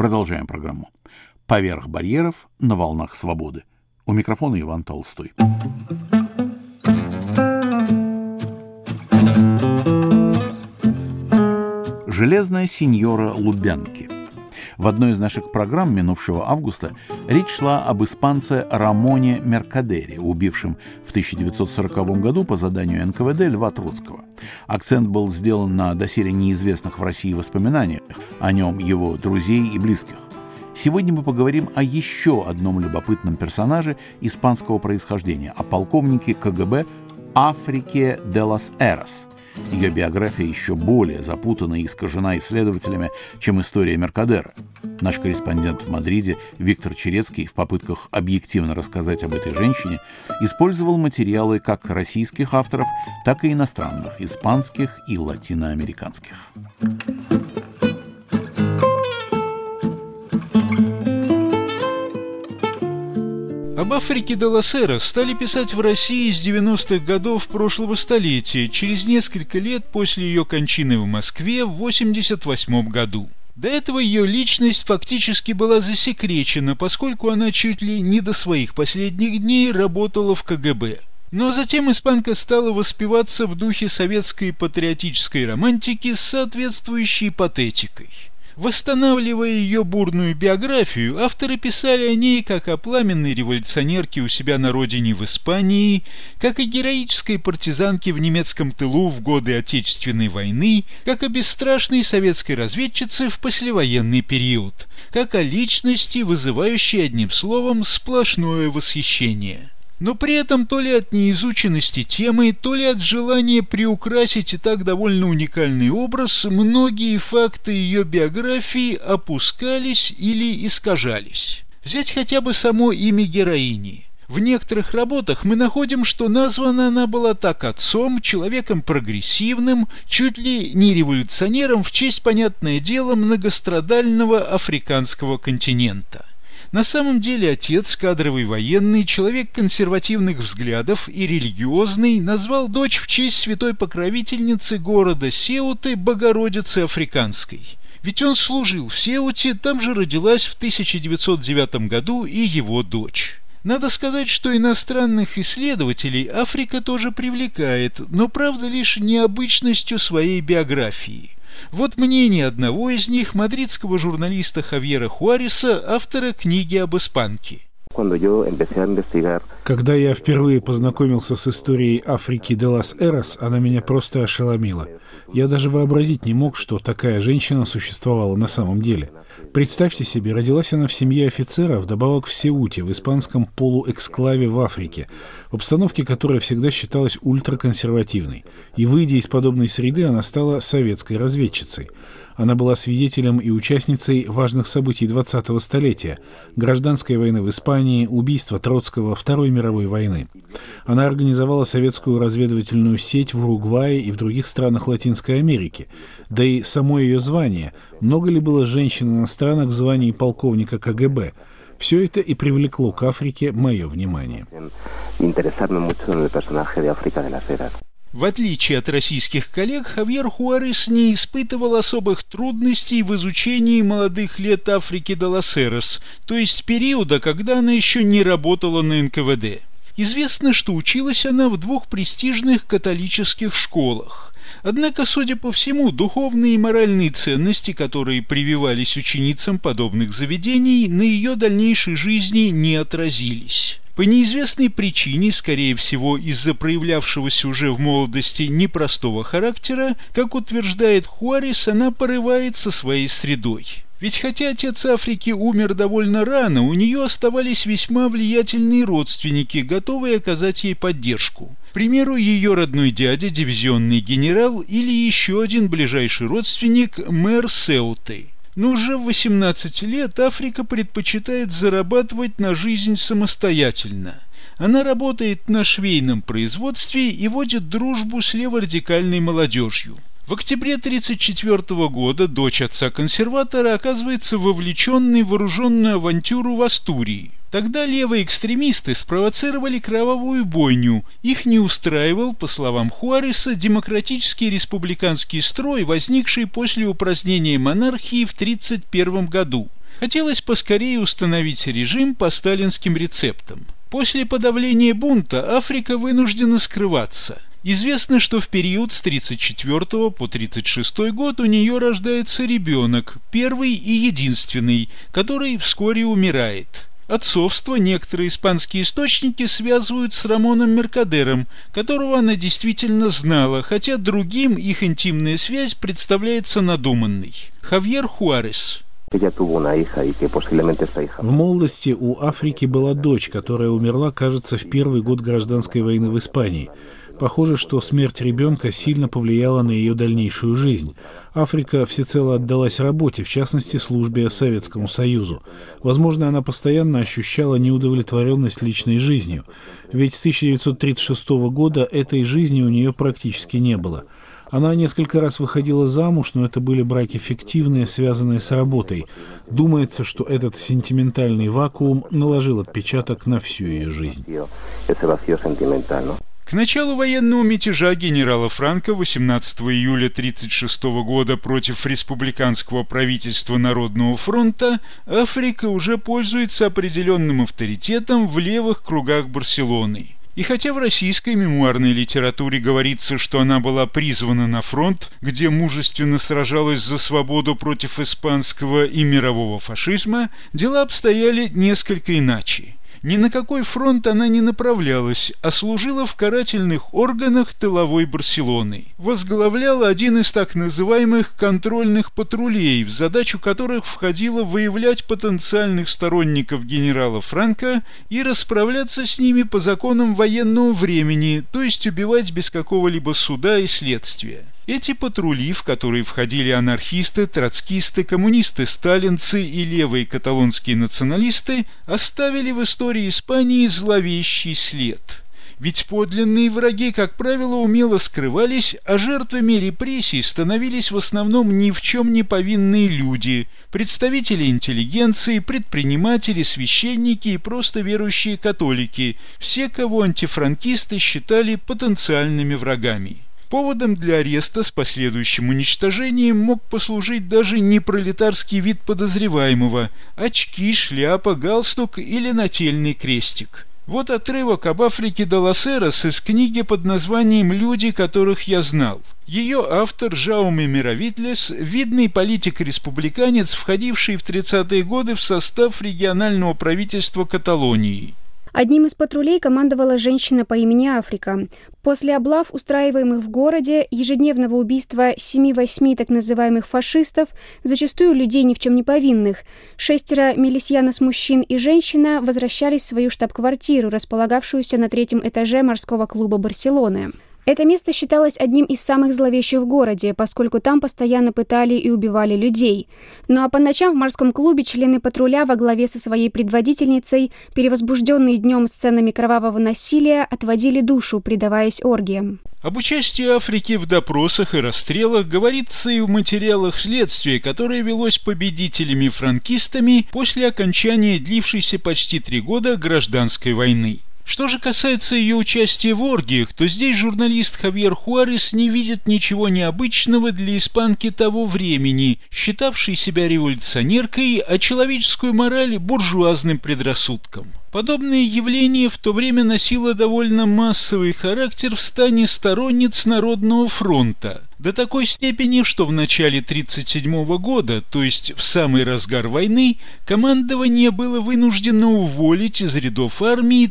Продолжаем программу. «Поверх барьеров на волнах свободы». У микрофона Иван Толстой. «Железная синьора Лубянки». В одной из наших программ минувшего августа речь шла об испанце Рамоне Меркадере, убившем в 1940 году по заданию НКВД Льва Троцкого. Акцент был сделан на доселе неизвестных в России воспоминаниях о нем, его друзей и близких. Сегодня мы поговорим о еще одном любопытном персонаже испанского происхождения, о полковнике КГБ Африке де лас Эрос. Ее биография еще более запутана и искажена исследователями, чем история Меркадера. Наш корреспондент в Мадриде Виктор Черецкий в попытках объективно рассказать об этой женщине использовал материалы как российских авторов, так и иностранных, испанских и латиноамериканских. Об Африке де лас Эрос стали писать в России с 90-х годов прошлого столетия, через несколько лет после ее кончины в Москве в 1988 году. До этого ее личность фактически была засекречена, поскольку она чуть ли не до своих последних дней работала в КГБ. Но затем испанка стала воспеваться в духе советской патриотической романтики с соответствующей патетикой. Восстанавливая ее бурную биографию, авторы писали о ней как о пламенной революционерке у себя на родине в Испании, как о героической партизанке в немецком тылу в годы Отечественной войны, как о бесстрашной советской разведчице в послевоенный период, как о личности, вызывающей одним словом сплошное восхищение. Но при этом то ли от неизученности темы, то ли от желания приукрасить и так довольно уникальный образ, многие факты ее биографии опускались или искажались. Взять хотя бы само имя героини. В некоторых работах мы находим, что названа она была так отцом, человеком прогрессивным, чуть ли не революционером в честь, понятное дело, многострадального африканского континента. На самом деле отец, кадровый военный, человек консервативных взглядов и религиозный, назвал дочь в честь святой покровительницы города Сеуты Богородицы Африканской. Ведь он служил в Сеуте, там же родилась в 1909 году и его дочь. Надо сказать, что иностранных исследователей Африка тоже привлекает, но правда лишь необычностью своей биографии. Вот мнение одного из них, мадридского журналиста Хавьера Хуареса, автора книги об испанке. Когда я впервые познакомился с историей Африки де лас Эрос, она меня просто ошеломила. Я даже вообразить не мог, что такая женщина существовала на самом деле. Представьте себе, родилась она в семье офицера, вдобавок в Сеуте, в испанском полуэксклаве в Африке, в обстановке, которая всегда считалась ультраконсервативной. И, выйдя из подобной среды, она стала советской разведчицей. Она была свидетелем и участницей важных событий 20-го столетия – гражданской войны в Испании, убийства Троцкого, Второй мировой войны. Она организовала советскую разведывательную сеть в Уругвае и в других странах Латинской Америки. Да и само ее звание – много ли было женщин-иностранок в звании полковника КГБ? Все это и привлекло к Африке мое внимание. В отличие от российских коллег, Хавьер Хуарес не испытывал особых трудностей в изучении молодых лет Африки де лас Эрос, то есть периода, когда она еще не работала на НКВД. Известно, что училась она в 2 престижных католических школах. Однако, судя по всему, духовные и моральные ценности, которые прививались ученицам подобных заведений, на ее дальнейшей жизни не отразились. По неизвестной причине, скорее всего из-за проявлявшегося уже в молодости непростого характера, как утверждает Хуарес, она порывает со своей средой. Ведь хотя отец Африки умер довольно рано, у нее оставались весьма влиятельные родственники, готовые оказать ей поддержку. К примеру, ее родной дядя, дивизионный генерал, или еще один ближайший родственник, мэр Сеуты. Но уже в 18 лет Африка предпочитает зарабатывать на жизнь самостоятельно. Она работает на швейном производстве и водит дружбу с леворадикальной молодежью. В октябре 1934 года дочь отца-консерватора оказывается вовлеченной в вооруженную авантюру в Астурии. Тогда левые экстремисты спровоцировали кровавую бойню. Их не устраивал, по словам Хуареса, демократический республиканский строй, возникший после упразднения монархии в 1931 году. Хотелось поскорее установить режим по сталинским рецептам. После подавления бунта Африка вынуждена скрываться. Известно, что в период с 1934 по 1936 год у нее рождается ребенок, первый и единственный, который вскоре умирает. Отцовство некоторые испанские источники связывают с Рамоном Меркадером, которого она действительно знала, хотя другим их интимная связь представляется надуманной. Хавьер Хуарес. В молодости у Африки была дочь, которая умерла, кажется, в первый год гражданской войны в Испании. Похоже, что смерть ребенка сильно повлияла на ее дальнейшую жизнь. Африка всецело отдалась работе, в частности, службе Советскому Союзу. Возможно, она постоянно ощущала неудовлетворенность личной жизнью, ведь с 1936 года этой жизни у нее практически не было. Она несколько раз выходила замуж, но это были браки фиктивные, связанные с работой. Думается, что этот сентиментальный вакуум наложил отпечаток на всю ее жизнь. К началу военного мятежа генерала Франко 18 июля 1936 года против республиканского правительства Народного фронта Африка уже пользуется определенным авторитетом в левых кругах Барселоны. И хотя в российской мемуарной литературе говорится, что она была призвана на фронт, где мужественно сражалась за свободу против испанского и мирового фашизма, дела обстояли несколько иначе. Ни на какой фронт она не направлялась, а служила в карательных органах тыловой Барселоны. Возглавляла один из так называемых контрольных патрулей, в задачу которых входило выявлять потенциальных сторонников генерала Франко и расправляться с ними по законам военного времени, то есть убивать без какого-либо суда и следствия. Эти патрули, в которые входили анархисты, троцкисты, коммунисты-сталинцы и левые каталонские националисты, оставили в истории Испании зловещий след. Ведь подлинные враги, как правило, умело скрывались, а жертвами репрессий становились в основном ни в чем не повинные люди, представители интеллигенции, предприниматели, священники и просто верующие католики, все, кого антифранкисты считали потенциальными врагами. Поводом для ареста с последующим уничтожением мог послужить даже не пролетарский вид подозреваемого – очки, шляпа, галстук или нательный крестик. Вот отрывок об Африке де лас Эрас из книги под названием «Люди, которых я знал». Ее автор Жауме Миравидлес – видный политик-республиканец, входивший в 30-е годы в состав регионального правительства Каталонии. Одним из патрулей командовала женщина по имени Африка. После облав, устраиваемых в городе, ежедневного убийства 7-8 так называемых фашистов, зачастую людей ни в чем не повинных, 6 милисьянос мужчин и женщина возвращались в свою штаб-квартиру, располагавшуюся на 3-м этаже морского клуба Барселоны. Это место считалось одним из самых зловещих в городе, поскольку там постоянно пытали и убивали людей. Ну а по ночам в морском клубе члены патруля во главе со своей предводительницей, перевозбужденные днем сценами кровавого насилия, отводили душу, предаваясь оргиям. Об участии Африки в допросах и расстрелах говорится и в материалах следствия, которое велось победителями-франкистами после окончания длившейся почти 3 года гражданской войны. Что же касается ее участия в оргиях, то здесь журналист Хавьер Хуарес не видит ничего необычного для испанки того времени, считавшей себя революционеркой, а человеческую мораль буржуазным предрассудком. Подобное явление в то время носило довольно массовый характер в стане сторонниц Народного фронта, до такой степени, что в начале 1937 года, то есть в самый разгар войны, командование было вынуждено уволить из рядов армии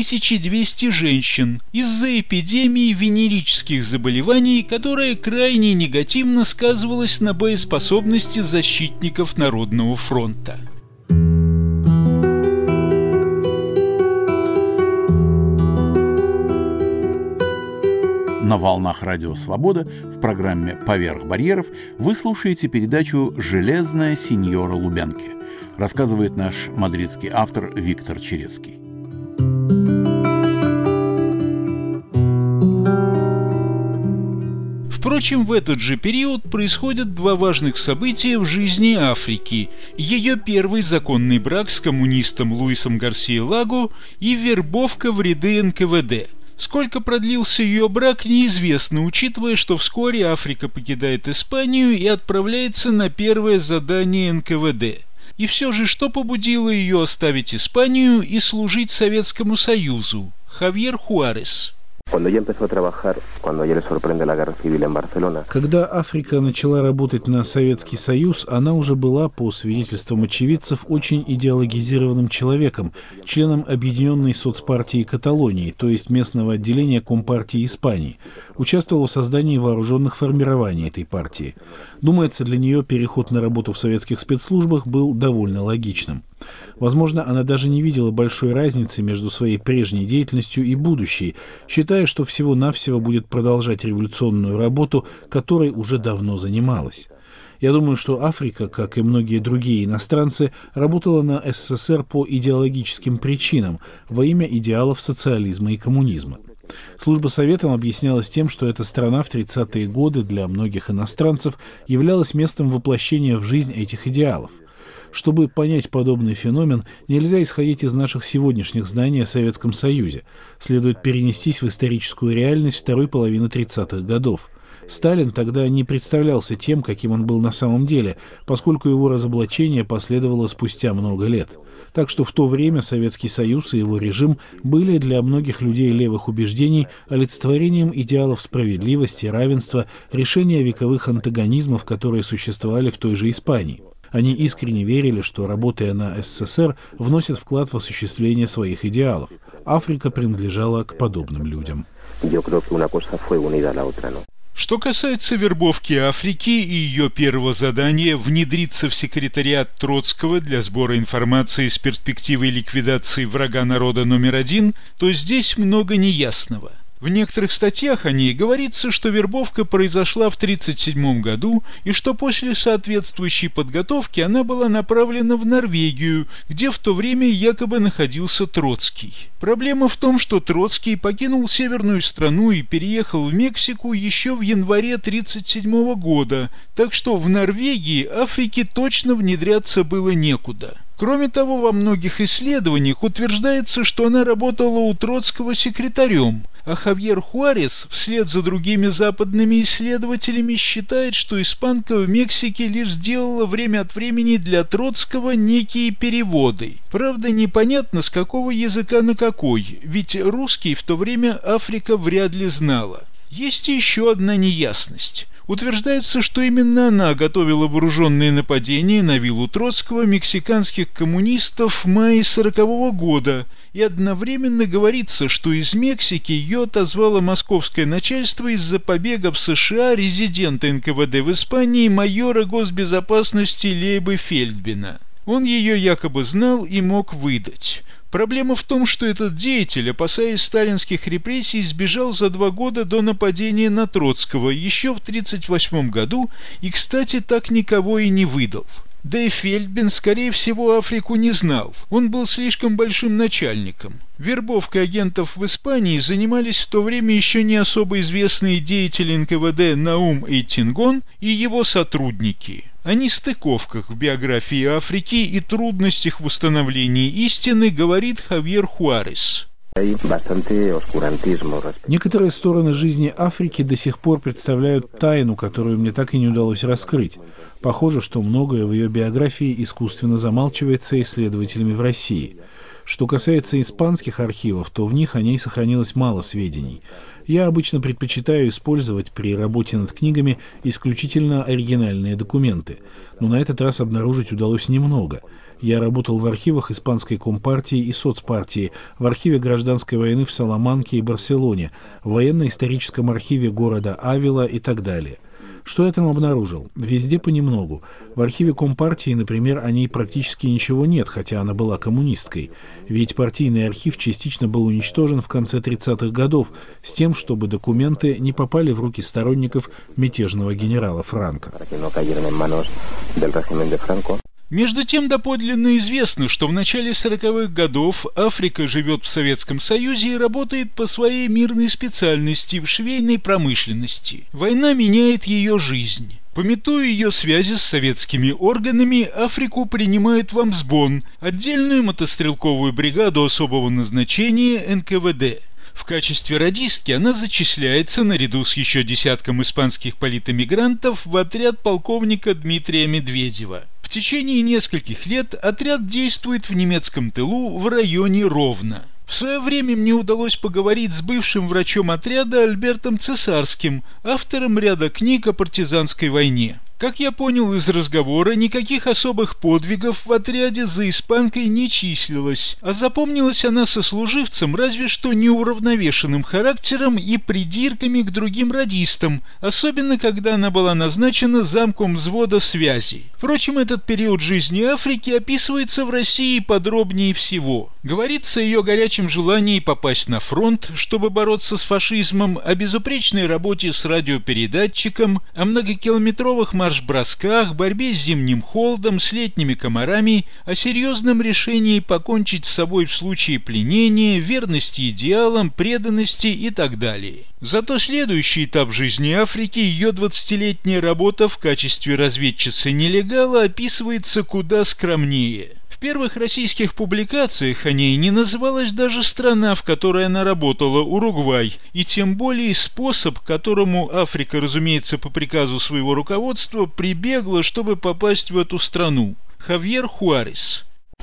3200 женщин из-за эпидемии венерических заболеваний, которая крайне негативно сказывалась на боеспособности защитников Народного фронта. На волнах Радио Свобода в программе «Поверх барьеров» вы слушаете передачу «Железная синьора Лубянки». Рассказывает наш мадридский автор Виктор Черецкий. Впрочем, в этот же период происходят 2 важных события в жизни Африки. Ее первый законный брак с коммунистом Луисом Гарсиа Лаго и вербовка в ряды НКВД. Сколько продлился ее брак, неизвестно, учитывая, что вскоре Африка покидает Испанию и отправляется на первое задание НКВД. И все же, что побудило ее оставить Испанию и служить Советскому Союзу? Хавьер Хуарес. Когда Африка начала работать на Советский Союз, она уже была, по свидетельствам очевидцев, очень идеологизированным человеком, членом Объединенной соцпартии Каталонии, то есть местного отделения Компартии Испании. Участвовала в создании вооруженных формирований этой партии. Думается, для нее переход на работу в советских спецслужбах был довольно логичным. Возможно, она даже не видела большой разницы между своей прежней деятельностью и будущей, считая, что всего-навсего будет продолжать революционную работу, которой уже давно занималась. Я думаю, что Африка, как и многие другие иностранцы, работала на СССР по идеологическим причинам, во имя идеалов социализма и коммунизма. Служба Советам объяснялась тем, что эта страна в 30-е годы для многих иностранцев являлась местом воплощения в жизнь этих идеалов. Чтобы понять подобный феномен, нельзя исходить из наших сегодняшних знаний о Советском Союзе. Следует перенестись в историческую реальность второй половины 30-х годов. Сталин тогда не представлялся тем, каким он был на самом деле, поскольку его разоблачение последовало спустя много лет. Так что в то время Советский Союз и его режим были для многих людей левых убеждений олицетворением идеалов справедливости, равенства, решения вековых антагонизмов, которые существовали в той же Испании. Они искренне верили, что, работая на СССР, вносят вклад в осуществление своих идеалов. Африка принадлежала к подобным людям. Что касается вербовки Африки и ее первого задания внедриться в секретариат Троцкого для сбора информации с перспективой ликвидации врага народа номер один, то здесь много неясного. В некоторых статьях о ней говорится, что вербовка произошла в 1937 году и что после соответствующей подготовки она была направлена в Норвегию, где в то время якобы находился Троцкий. Проблема в том, что Троцкий покинул северную страну и переехал в Мексику еще в январе 1937 года, так что в Норвегии Африке точно внедряться было некуда. Кроме того, во многих исследованиях утверждается, что она работала у Троцкого секретарем, а Хавьер Хуарес, вслед за другими западными исследователями, считает, что испанка в Мексике лишь сделала время от времени для Троцкого некие переводы. Правда, непонятно, с какого языка на какой, ведь русский в то время Африка вряд ли знала. Есть еще одна неясность. Утверждается, что именно она готовила вооруженные нападения на виллу Троцкого мексиканских коммунистов в мае 1940 года, и одновременно говорится, что из Мексики ее отозвало московское начальство из-за побега в США резидента НКВД в Испании майора госбезопасности Лейбы Фельдбина. Он ее якобы знал и мог выдать. Проблема в том, что этот деятель, опасаясь сталинских репрессий, сбежал за 2 года до нападения на Троцкого еще в 1938 году и, кстати, так никого и не выдал. Да и Фельдбин, скорее всего, Африку не знал. Он был слишком большим начальником. Вербовкой агентов в Испании занимались в то время еще не особо известные деятели НКВД Наум Эйтингон и его сотрудники. О нестыковках в биографии Африки и трудностях в установлении истины говорит Хавьер Хуарес. Некоторые стороны жизни Африки до сих пор представляют тайну, которую мне так и не удалось раскрыть. Похоже, что многое в ее биографии искусственно замалчивается исследователями в России. Что касается испанских архивов, то в них о ней сохранилось мало сведений. Я обычно предпочитаю использовать при работе над книгами исключительно оригинальные документы, но на этот раз обнаружить удалось немного. Я работал в архивах Испанской Компартии и Соцпартии, в архиве гражданской войны в Саламанке и Барселоне, в военно-историческом архиве города Авила и так далее. Что я там обнаружил? Везде понемногу. В архиве Компартии, например, о ней практически ничего нет, хотя она была коммунисткой. Ведь партийный архив частично был уничтожен в конце 30-х годов с тем, чтобы документы не попали в руки сторонников мятежного генерала Франко. Между тем доподлинно известно, что в начале 40-х годов Африка живет в Советском Союзе и работает по своей мирной специальности в швейной промышленности. Война меняет ее жизнь. Памятуя ее связи с советскими органами, Африку принимают в Амсбон, отдельную мотострелковую бригаду особого назначения НКВД. В качестве радистки она зачисляется наряду с еще десятком испанских политэмигрантов в отряд полковника Дмитрия Медведева. В В течение нескольких лет отряд действует в немецком тылу в районе Ровно. В свое время мне удалось поговорить с бывшим врачом отряда Альбертом Цесарским, автором ряда книг о партизанской войне. Как я понял из разговора, никаких особых подвигов в отряде за испанкой не числилось, а запомнилась она сослуживцам разве что неуравновешенным характером и придирками к другим радистам, особенно когда она была назначена замком взвода связи. Впрочем, этот период жизни Африки описывается в России подробнее всего. Говорится о ее горячем желании попасть на фронт, чтобы бороться с фашизмом, о безупречной работе с радиопередатчиком, о многокилометровых марш-бросках, борьбе с зимним холодом, с летними комарами, о серьезном решении покончить с собой в случае пленения, верности идеалам, преданности и так далее. Зато следующий этап жизни Африки, ее 20-летняя работа в качестве разведчицы-нелегала, описывается куда скромнее. В первых российских публикациях о ней не называлась даже страна, в которой она работала, Уругвай, и тем более способ, к которому Африка, разумеется, по приказу своего руководства, прибегла, чтобы попасть в эту страну. Хавьер Хуарес.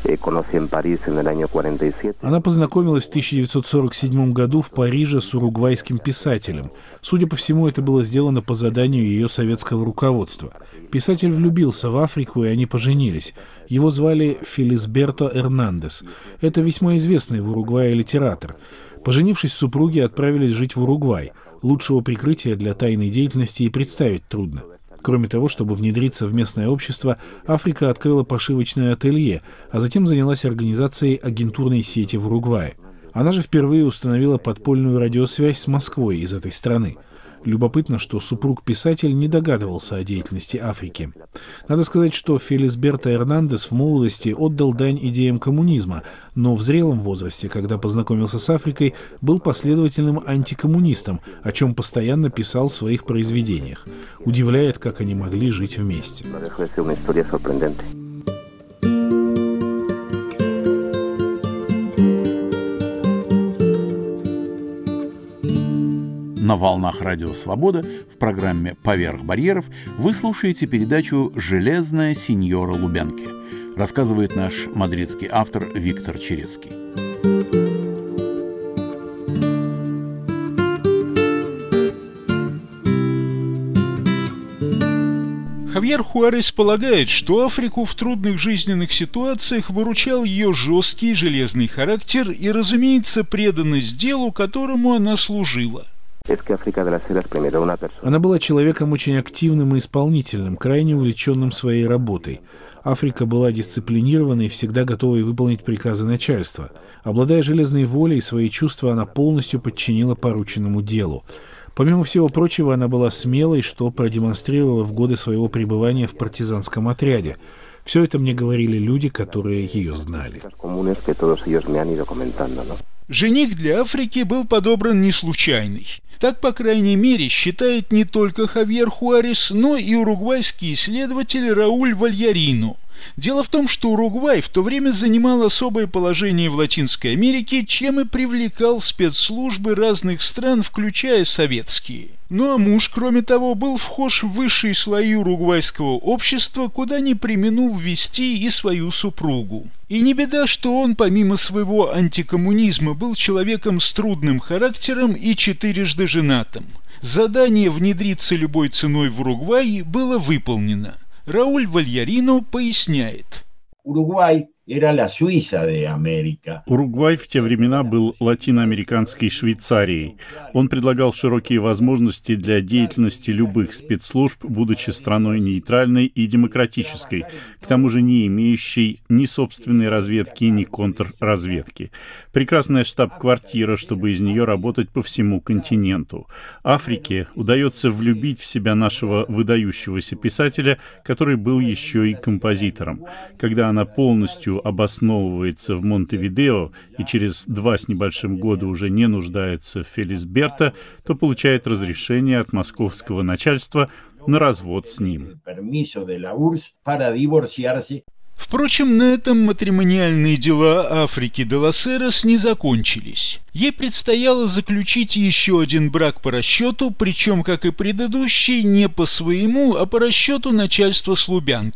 Она познакомилась в 1947 году в Париже с уругвайским писателем. Судя по всему, это было сделано по заданию ее советского руководства. Писатель влюбился в Африку, и они поженились. Его звали Фелисберто Эрнандес. Это весьма известный в Уругвае литератор. Поженившись, супруги отправились жить в Уругвай. Лучшего прикрытия для тайной деятельности и представить трудно. Кроме того, чтобы внедриться в местное общество, Африка открыла пошивочное ателье, а затем занялась организацией агентурной сети в Уругвае. Она же впервые установила подпольную радиосвязь с Москвой из этой страны. Любопытно, что супруг-писатель не догадывался о деятельности Африки. Надо сказать, что Фелисберто Эрнандес в молодости отдал дань идеям коммунизма, но в зрелом возрасте, когда познакомился с Африкой, был последовательным антикоммунистом, о чем постоянно писал в своих произведениях. Удивляет, как они могли жить вместе. На волнах Радио Свобода в программе «Поверх барьеров» вы слушаете передачу «Железная синьора Лубянки». Рассказывает наш мадридский автор Виктор Черецкий. Хавьер Хуарес полагает, что Африку в трудных жизненных ситуациях выручал ее жесткий железный характер и, разумеется, преданность делу, которому она служила. Она была человеком очень активным и исполнительным, крайне увлеченным своей работой. Африка была дисциплинированной и всегда готовой выполнить приказы начальства. Обладая железной волей, свои чувства она полностью подчинила порученному делу. Помимо всего прочего, она была смелой, что продемонстрировала в годы своего пребывания в партизанском отряде. Все это мне говорили люди, которые ее знали. Жених для Африки был подобран не случайный. Так, по крайней мере, считает не только Хавьер Хуарес, но и уругвайский исследователь Рауль Вальярино. Дело в том, что Уругвай в то время занимал особое положение в Латинской Америке, чем и привлекал спецслужбы разных стран, включая советские. Ну а муж, кроме того, был вхож в высшие слои уругвайского общества, куда не преминул ввести и свою супругу. И не беда, что он, помимо своего антикоммунизма, был человеком с трудным характером и четырежды женатым. Задание внедриться любой ценой в Уругвай было выполнено. Рауль Вальярино поясняет. Уругвай Уругвай в те времена был латиноамериканской Швейцарией. Он предлагал широкие возможности для деятельности любых спецслужб, будучи страной нейтральной и демократической, к тому же не имеющей ни собственной разведки, ни контрразведки. Прекрасная штаб-квартира, чтобы из нее работать по всему континенту. Африке удается влюбить в себя нашего выдающегося писателя, который был еще и композитором. Когда она полностью обосновывается в Монтевидео и через 2 с небольшим года уже не нуждается в Фелисберто, то получает разрешение от московского начальства на развод с ним. Впрочем, на этом матримониальные дела Африки де лас Эрос не закончились. Ей предстояло заключить еще один брак по расчету, причем, как и предыдущий, не по своему, а по расчету начальства с Лубянки.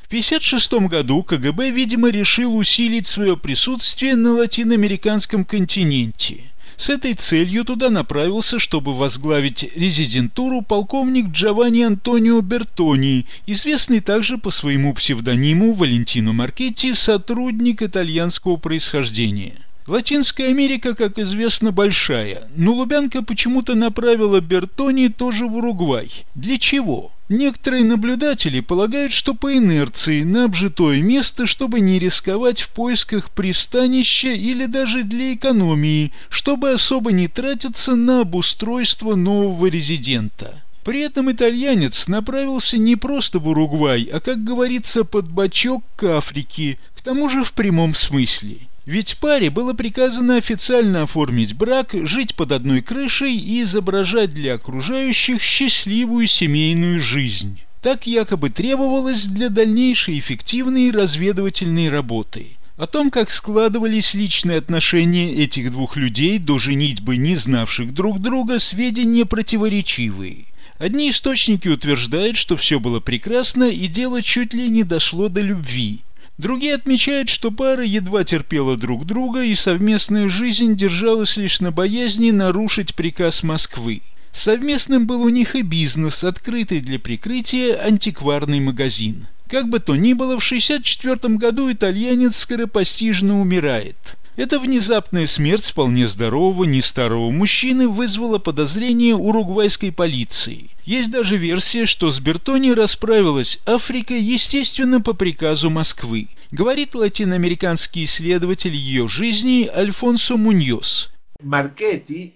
В 1956 году КГБ, видимо, решил усилить свое присутствие на латиноамериканском континенте. С этой целью туда направился, чтобы возглавить резидентуру, полковник Джованни Антонио Бертони, известный также по своему псевдониму Валентино Маркетти, сотрудник итальянского происхождения. Латинская Америка, как известно, большая, но Лубянка почему-то направила Бертони тоже в Уругвай. Для чего? Некоторые наблюдатели полагают, что по инерции на обжитое место, чтобы не рисковать в поисках пристанища или даже для экономии, чтобы особо не тратиться на обустройство нового резидента. При этом итальянец направился не просто в Уругвай, а, как говорится, под бочок к Африке, к тому же в прямом смысле. Ведь паре было приказано официально оформить брак, жить под одной крышей и изображать для окружающих счастливую семейную жизнь. Так якобы требовалось для дальнейшей эффективной разведывательной работы. О том, как складывались личные отношения этих двух людей до женитьбы, не знавших друг друга, сведения противоречивые. Одни источники утверждают, что все было прекрасно и дело чуть ли не дошло до любви. Другие отмечают, что пара едва терпела друг друга, и совместная жизнь держалась лишь на боязни нарушить приказ Москвы. Совместным был у них и бизнес, открытый для прикрытия антикварный магазин. Как бы то ни было, в 1964 году итальянец скоропостижно умирает. Эта внезапная смерть вполне здорового, не старого мужчины вызвала подозрения уругвайской полиции. Есть даже версия, что с Бертони расправилась Африка, естественно, по приказу Москвы, говорит латиноамериканский исследователь ее жизни Альфонсо Муньос. У Маркетти,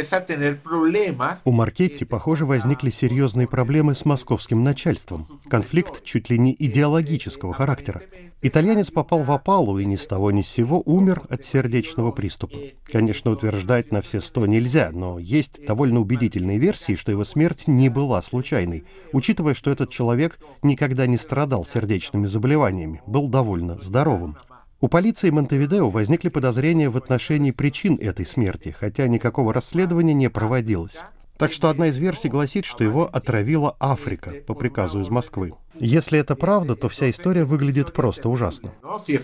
похоже, возникли серьезные проблемы с московским начальством. Конфликт чуть ли не идеологического характера. Итальянец попал в опалу и ни с того ни с сего умер от сердечного приступа. Конечно, утверждать на все 100 нельзя, но есть довольно убедительные версии, что его смерть не была случайной, учитывая, что этот человек никогда не страдал сердечными заболеваниями, был довольно здоровым. У полиции Монтевидео возникли подозрения в отношении причин этой смерти, хотя никакого расследования не проводилось. Так что одна из версий гласит, что его отравила Африка по приказу из Москвы. Если это правда, то вся история выглядит просто ужасно.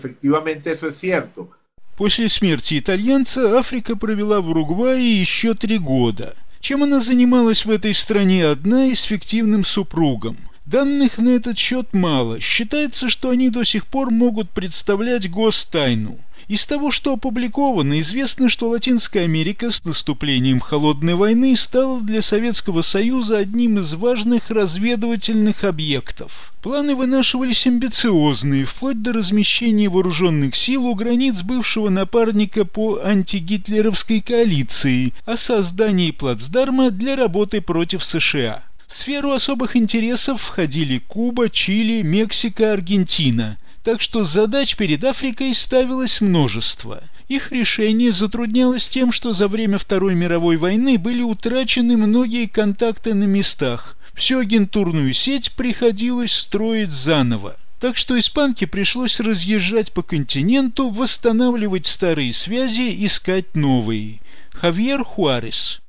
После смерти итальянца Африка провела в Уругвае еще 3 года. Чем она занималась в этой стране одна и с фиктивным супругом? Данных на этот счет мало. Считается, что они до сих пор могут представлять гостайну. Из того, что опубликовано, известно, что Латинская Америка с наступлением Холодной войны стала для Советского Союза одним из важных разведывательных объектов. Планы вынашивались амбициозные, вплоть до размещения вооруженных сил у границ бывшего напарника по антигитлеровской коалиции, о создании плацдарма для работы против США. В сферу особых интересов входили Куба, Чили, Мексика, Аргентина, так что задач перед Африкой ставилось множество. Их решение затруднялось тем, что за время Второй мировой войны были утрачены многие контакты на местах, всю агентурную сеть приходилось строить заново. Так что испанке пришлось разъезжать по континенту, восстанавливать старые связи, искать новые. Хавьер Хуарес.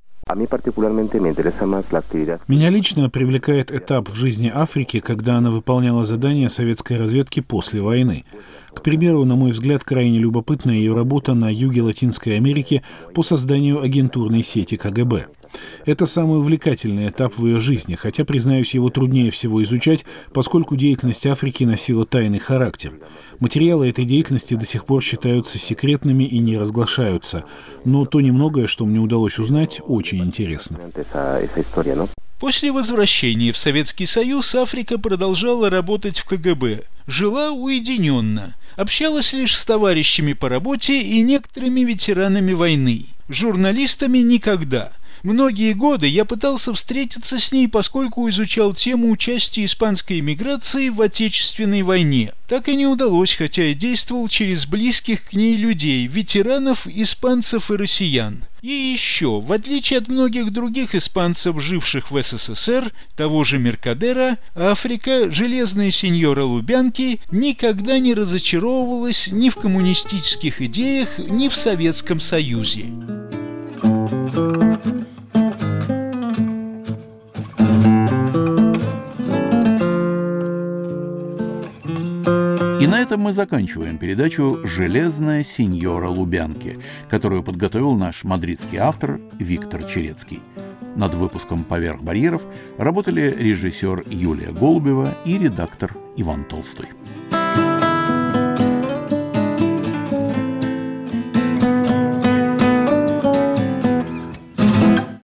Меня лично привлекает этап в жизни Африки, когда она выполняла задания советской разведки после войны. К примеру, на мой взгляд, крайне любопытна ее работа на юге Латинской Америки по созданию агентурной сети КГБ. Это самый увлекательный этап в ее жизни, хотя, признаюсь, его труднее всего изучать, поскольку деятельность Африки носила тайный характер. Материалы этой деятельности до сих пор считаются секретными и не разглашаются, но то немногое, что мне удалось узнать, очень интересно. После возвращения в Советский Союз Африка продолжала работать в КГБ. Жила уединенно, общалась лишь с товарищами по работе и некоторыми ветеранами войны. Журналистами никогда. Многие годы я пытался встретиться с ней, поскольку изучал тему участия испанской эмиграции в Отечественной войне. Так и не удалось, хотя и действовал через близких к ней людей, ветеранов, испанцев и россиян. И еще, в отличие от многих других испанцев, живших в СССР, того же Меркадера, Африка, железная сеньора Лубянки, никогда не разочаровывалась ни в коммунистических идеях, ни в Советском Союзе. этом мы заканчиваем передачу «Железная синьора Лубянки», которую подготовил наш мадридский автор Виктор Черецкий. Над выпуском «Поверх барьеров» работали режиссер Юлия Голубева и редактор Иван Толстой.